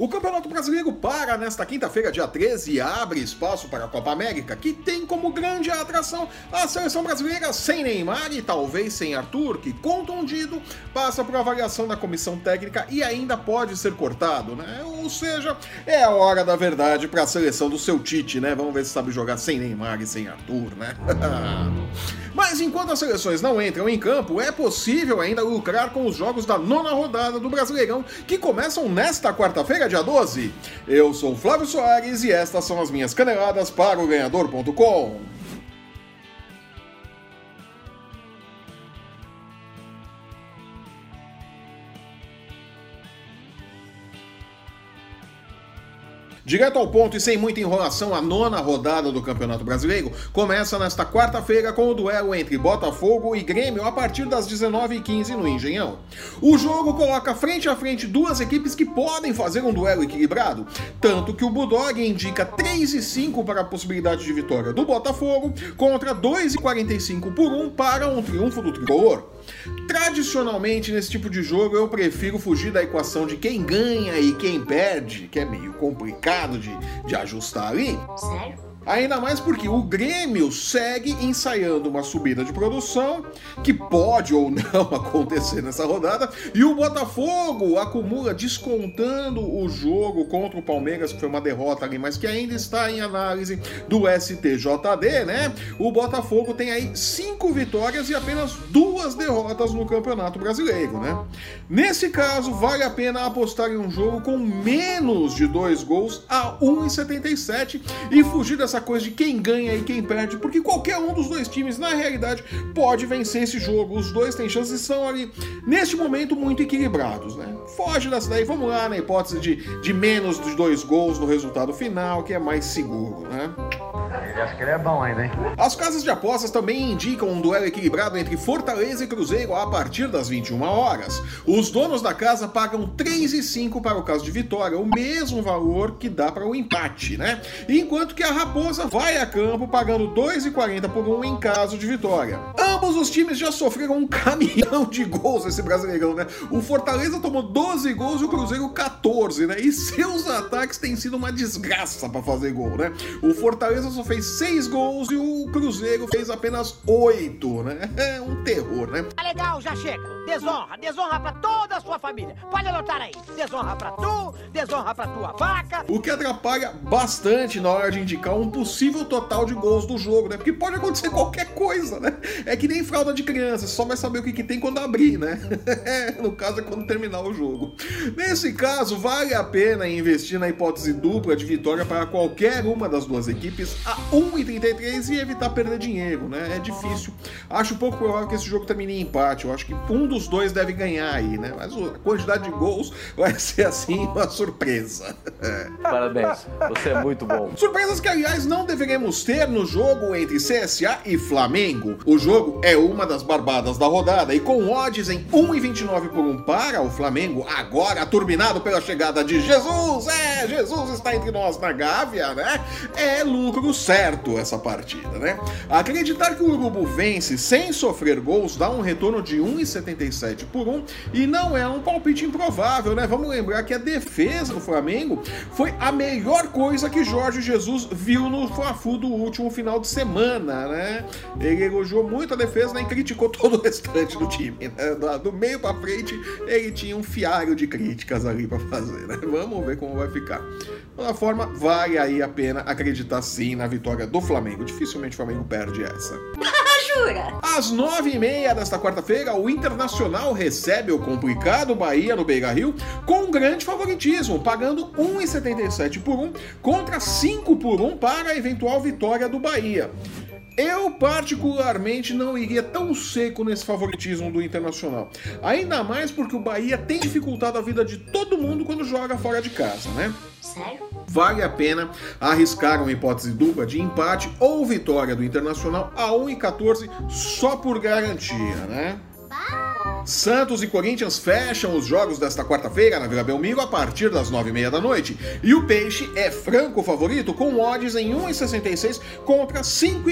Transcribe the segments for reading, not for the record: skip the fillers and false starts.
O Campeonato Brasileiro para nesta quinta-feira, dia 13, e abre espaço para a Copa América, que tem como grande atração a seleção brasileira sem Neymar e talvez sem Arthur, que, contundido, passa por avaliação da comissão técnica e ainda pode ser cortado, né? Ou seja, é a hora da verdade para a seleção do seu Tite, né? Vamos ver se sabe jogar sem Neymar e sem Arthur, né? Mas enquanto as seleções não entram em campo, é possível ainda lucrar com os jogos da 9ª rodada do Brasileirão, que começam nesta quarta-feira, dia 12. Eu sou o Flávio Soares e estas são as minhas caneladas para o Ganhador.com. Direto ao ponto e sem muita enrolação, a 9ª rodada do Campeonato Brasileiro começa nesta quarta-feira com o duelo entre Botafogo e Grêmio a partir das 19h15 no Engenhão. O jogo coloca frente a frente duas equipes que podem fazer um duelo equilibrado, tanto que o Bulldog indica 3,5 para a possibilidade de vitória do Botafogo contra 2,45 por 1 para um triunfo do Tricolor. Tradicionalmente, nesse tipo de jogo, eu prefiro fugir da equação de quem ganha e quem perde, que é meio complicado de ajustar ali. Sério? Ainda mais porque o Grêmio segue ensaiando uma subida de produção, que pode ou não acontecer nessa rodada, e o Botafogo acumula descontando o jogo contra o Palmeiras, que foi uma derrota ali, mas que ainda está em análise do STJD, né? O Botafogo tem aí 5 vitórias e apenas 2 derrotas no Campeonato Brasileiro, né? Nesse caso, vale a pena apostar em um jogo com menos de 2 gols a 1,77 e fugir dessa coisa de quem ganha e quem perde, porque qualquer um dos dois times, na realidade, pode vencer esse jogo. Os dois têm chances e são ali, neste momento, muito equilibrados, né? Foge dessa daí, vamos lá na hipótese de menos de 2 gols no resultado final, que é mais seguro, né? Ele acha que ele é bom ainda, hein? As casas de apostas também indicam um duelo equilibrado entre Fortaleza e Cruzeiro a partir das 21 horas. Os donos da casa pagam 3,5 para o caso de vitória, o mesmo valor que dá para o empate, né? Enquanto que a Raposa vai a campo pagando 2,40 por 1 em caso de vitória. Ambos os times já sofreram um caminhão de gols nesse Brasileirão, né? O Fortaleza tomou 12 gols e o Cruzeiro 14, né? E seus ataques têm sido uma desgraça para fazer gol, né? O Fortaleza só fez 6 gols e o Cruzeiro fez apenas 8, né? É um terror, né? Tá legal, já chega. Desonra pra toda a sua família. Pode anotar aí. Desonra pra tu, desonra pra tua vaca. O que atrapalha bastante na hora de indicar um possível total de gols do jogo, né? Porque pode acontecer qualquer coisa, né? É que nem fralda de criança, só vai saber o que tem quando abrir, né? No caso é quando terminar o jogo. Nesse caso, vale a pena investir na hipótese dupla de vitória para qualquer uma das duas equipes a 1,33 e evitar perder dinheiro, né? É difícil. Acho pouco provável que esse jogo termine em empate. Eu acho que um dos dois deve ganhar aí, né? Mas a quantidade de gols vai ser, assim, uma surpresa. Parabéns, você é muito bom. Surpresas que, aliás, não deveremos ter no jogo entre CSA e Flamengo. O jogo é uma das barbadas da rodada e com odds em 1,29 por 1 para o Flamengo, agora turbinado pela chegada de Jesus. Jesus está entre nós na Gávea, né? É lucro certo essa partida, né? Acreditar que o Urubu vence sem sofrer gols dá um retorno de 1,77 por 1 e não é um palpite improvável, né? Vamos lembrar que a defesa do Flamengo foi a melhor coisa que Jorge Jesus viu no Fla-Flu do último final de semana, né? Ele elogiou muito a defesa, né? E criticou todo o restante do time, né? Do meio pra frente, ele tinha um fiário de críticas ali pra fazer, né? Vamos ver como vai ficar. De toda forma, vale aí a pena acreditar sim na vitória do Flamengo. Dificilmente o Flamengo perde essa. Jura? Às 9h30 desta quarta-feira, o Internacional recebe o complicado Bahia no Beira-Rio com um grande favoritismo, pagando 1,77 por 1 contra 5 por 1 para a eventual vitória do Bahia. Eu, particularmente, não iria tão seco nesse favoritismo do Internacional. Ainda mais porque o Bahia tem dificultado a vida de todo mundo quando joga fora de casa, né? Sério? Vale a pena arriscar uma hipótese dupla de empate ou vitória do Internacional a 1,14 só por garantia, né? Santos e Corinthians fecham os jogos desta quarta-feira na Vila Belmiro a partir das 9h30 da noite. E o Peixe é franco favorito com odds em 1,66 contra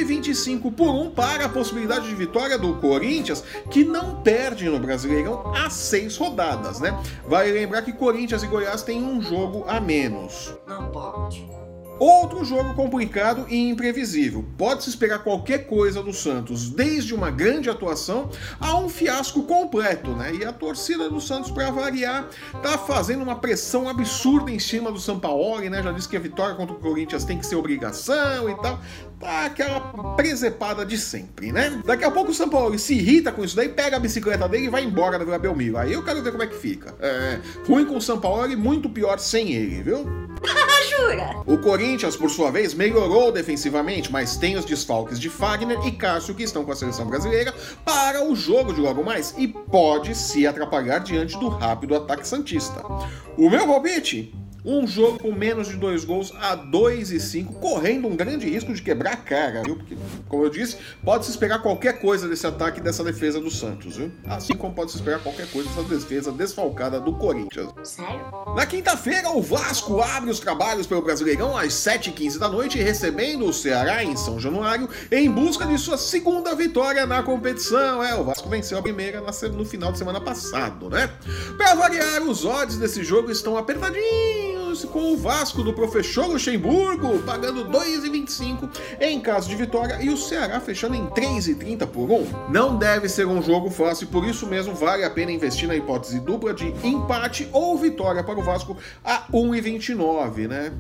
5,25 por 1 para a possibilidade de vitória do Corinthians, que não perde no Brasileirão há 6 rodadas, né? Vale lembrar que Corinthians e Goiás têm um jogo a menos. Não pode. Outro jogo complicado e imprevisível. Pode-se esperar qualquer coisa do Santos, desde uma grande atuação a um fiasco completo, né? E a torcida do Santos, para variar, tá fazendo uma pressão absurda em cima do Sampaoli, né? Já disse que a vitória contra o Corinthians tem que ser obrigação e tal. Tá aquela presepada de sempre, né? Daqui a pouco o Sampaoli se irrita com isso daí, pega a bicicleta dele e vai embora da Vila Belmiro. Aí eu quero ver como é que fica. Ruim com o Sampaoli, muito pior sem ele, viu? Jura? O Corinthians, por sua vez, melhorou defensivamente, mas tem os desfalques de Fagner e Cássio, que estão com a seleção brasileira, para o jogo de logo mais e pode se atrapalhar diante do rápido ataque santista. O meu palpite? Um jogo com menos de 2 gols a 2,5, correndo um grande risco de quebrar a cara, viu? Porque, como eu disse, pode-se esperar qualquer coisa desse ataque e dessa defesa do Santos, viu? Assim como pode-se esperar qualquer coisa dessa defesa desfalcada do Corinthians. Sério? Na quinta-feira, o Vasco abre os trabalhos pelo Brasileirão às 7h15 da noite, recebendo o Ceará em São Januário, em busca de sua segunda vitória na competição. O Vasco venceu a primeira no final de semana passado, né? Para variar, os odds desse jogo estão apertadinhos, com o Vasco do professor Luxemburgo pagando 2,25 em caso de vitória e o Ceará fechando em 3,30 por 1. Não deve ser um jogo fácil, por isso mesmo vale a pena investir na hipótese dupla de empate ou vitória para o Vasco a 1,29, né?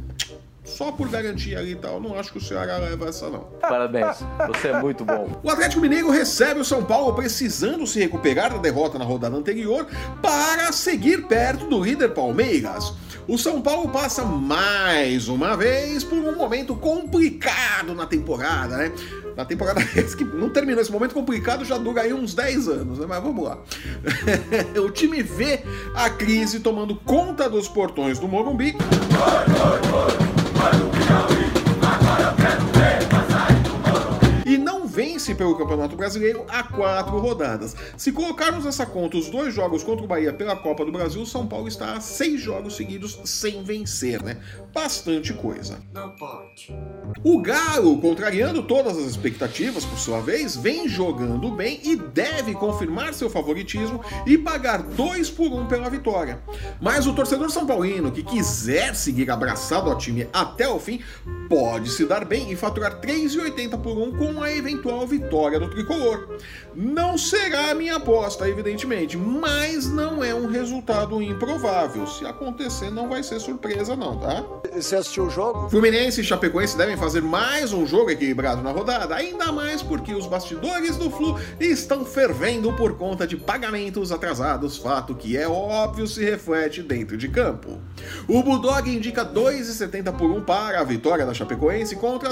Só por garantia ali e tal, não acho que o Ceará leva essa não. Parabéns, você é muito bom. O Atlético Mineiro recebe o São Paulo precisando se recuperar da derrota na rodada anterior para seguir perto do líder Palmeiras. O São Paulo passa mais uma vez por um momento complicado na temporada, né? Na temporada que não terminou, esse momento complicado já dura aí uns 10 anos, né? Mas vamos lá. O time vê a crise tomando conta dos portões do Morumbi. E não vence pelo Campeonato Brasileiro há 4 rodadas. Se colocarmos nessa conta os 2 jogos contra o Bahia pela Copa do Brasil, o São Paulo está a 6 jogos seguidos sem vencer, né? Bastante coisa. Não pode. O Galo, contrariando todas as expectativas, por sua vez, vem jogando bem e deve confirmar seu favoritismo e pagar 2 por 1 pela vitória. Mas o torcedor são paulino que quiser seguir abraçado ao time até o fim, pode se dar bem e faturar 3,80 por 1 com a eventual vitória do tricolor. Não será a minha aposta, evidentemente, mas não é um resultado improvável. Se acontecer, não vai ser surpresa não, tá? Você assistiu o jogo? Fluminense e Chapecoense devem fazer mais um jogo equilibrado na rodada, ainda mais porque os bastidores do Flu estão fervendo por conta de pagamentos atrasados, fato que é óbvio se reflete dentro de campo. O Bulldog indica 2,70 por 1 para a vitória da Chapecoense contra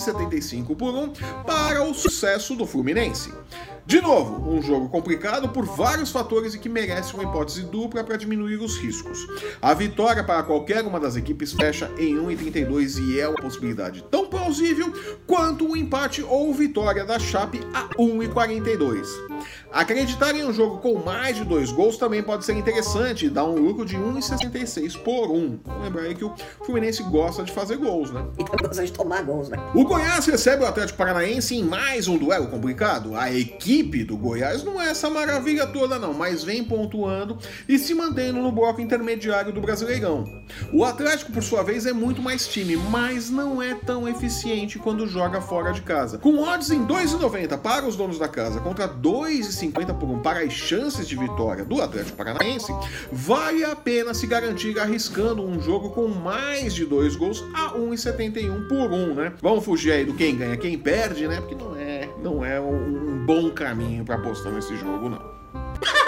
2,75 por 1 para o sucesso do Fluminense. De novo, um jogo complicado por vários fatores e que merece uma hipótese dupla para diminuir os riscos. A vitória para qualquer uma das equipes fecha em 1,32 e é uma possibilidade tão plausível quanto um empate ou vitória da Chape a 1,42. Acreditar em um jogo com mais de 2 gols também pode ser interessante e dar um lucro de 1,66 por 1. Vamos lembrar aí que o Fluminense gosta de fazer gols, né? E também gosta de tomar gols, né? O Goiás recebe o Atlético Paranaense em mais um duelo complicado. A equipe do Goiás não é essa maravilha toda não, mas vem pontuando e se mantendo no bloco intermediário do Brasileirão. O Atlético, por sua vez, é muito mais time, mas não é tão eficiente quando joga fora de casa. Com odds em 2,90 para os donos da casa contra 2,50 por 1 para as chances de vitória do Atlético Paranaense, vale a pena se garantir arriscando um jogo com mais de 2 gols a 1,71 por 1, né? Vamos fugir aí do quem ganha, quem perde, né? Porque não é um bom caminho para apostar nesse jogo, não. Jura?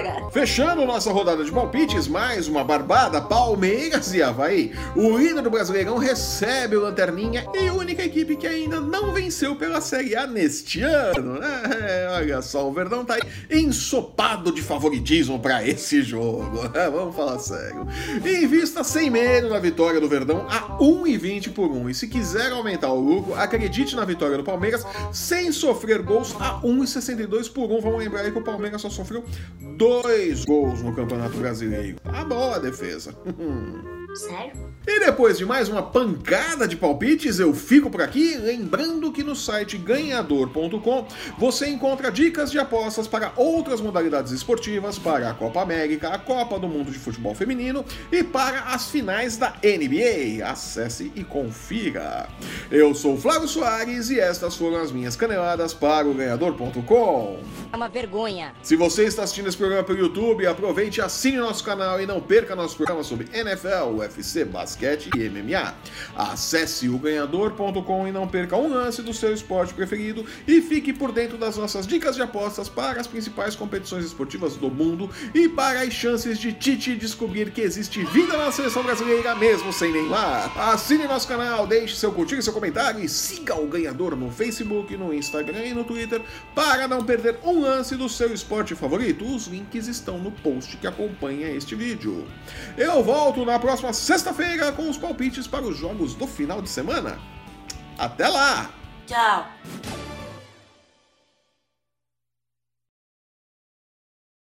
jura? Fechando nossa rodada de palpites, mais uma barbada, Palmeiras e Avaí. O líder do Brasileirão recebe o Lanterninha e a única equipe que ainda não venceu pela Série A neste ano. Olha só, o Verdão tá aí ensopado de favoritismo pra esse jogo. Vamos falar sério. Invista sem medo na vitória do Verdão a 1,20 por 1. E se quiser aumentar o lucro, acredite na vitória do Palmeiras sem sofrer gols a 1,62 por 1. Vamos lembrar aí que o Palmeiras só sofreu 2 gols no Campeonato Brasileiro. Tá boa a defesa. Sério? E depois de mais uma pancada de palpites, eu fico por aqui, lembrando que no site ganhador.com você encontra dicas de apostas para outras modalidades esportivas, para a Copa América, a Copa do Mundo de Futebol Feminino e para as finais da NBA. Acesse e confira. Eu sou o Flávio Soares e estas foram as minhas caneladas para o ganhador.com. É uma vergonha. Se você está assistindo esse programa pelo YouTube, aproveite e assine nosso canal e não perca nossos programas sobre NFL, UFC, basquete e MMA. Acesse o ganhador.com e não perca um lance do seu esporte preferido e fique por dentro das nossas dicas de apostas para as principais competições esportivas do mundo e para as chances de Tite descobrir que existe vida na seleção brasileira mesmo sem Neymar. Assine nosso canal, deixe seu curtir e seu comentário e siga o Ganhador no Facebook, no Instagram e no Twitter para não perder um lance do seu esporte favorito. Os links estão no post que acompanha este vídeo. Eu volto na próxima sexta-feira com os palpites para os jogos do final de semana. Até lá! Tchau.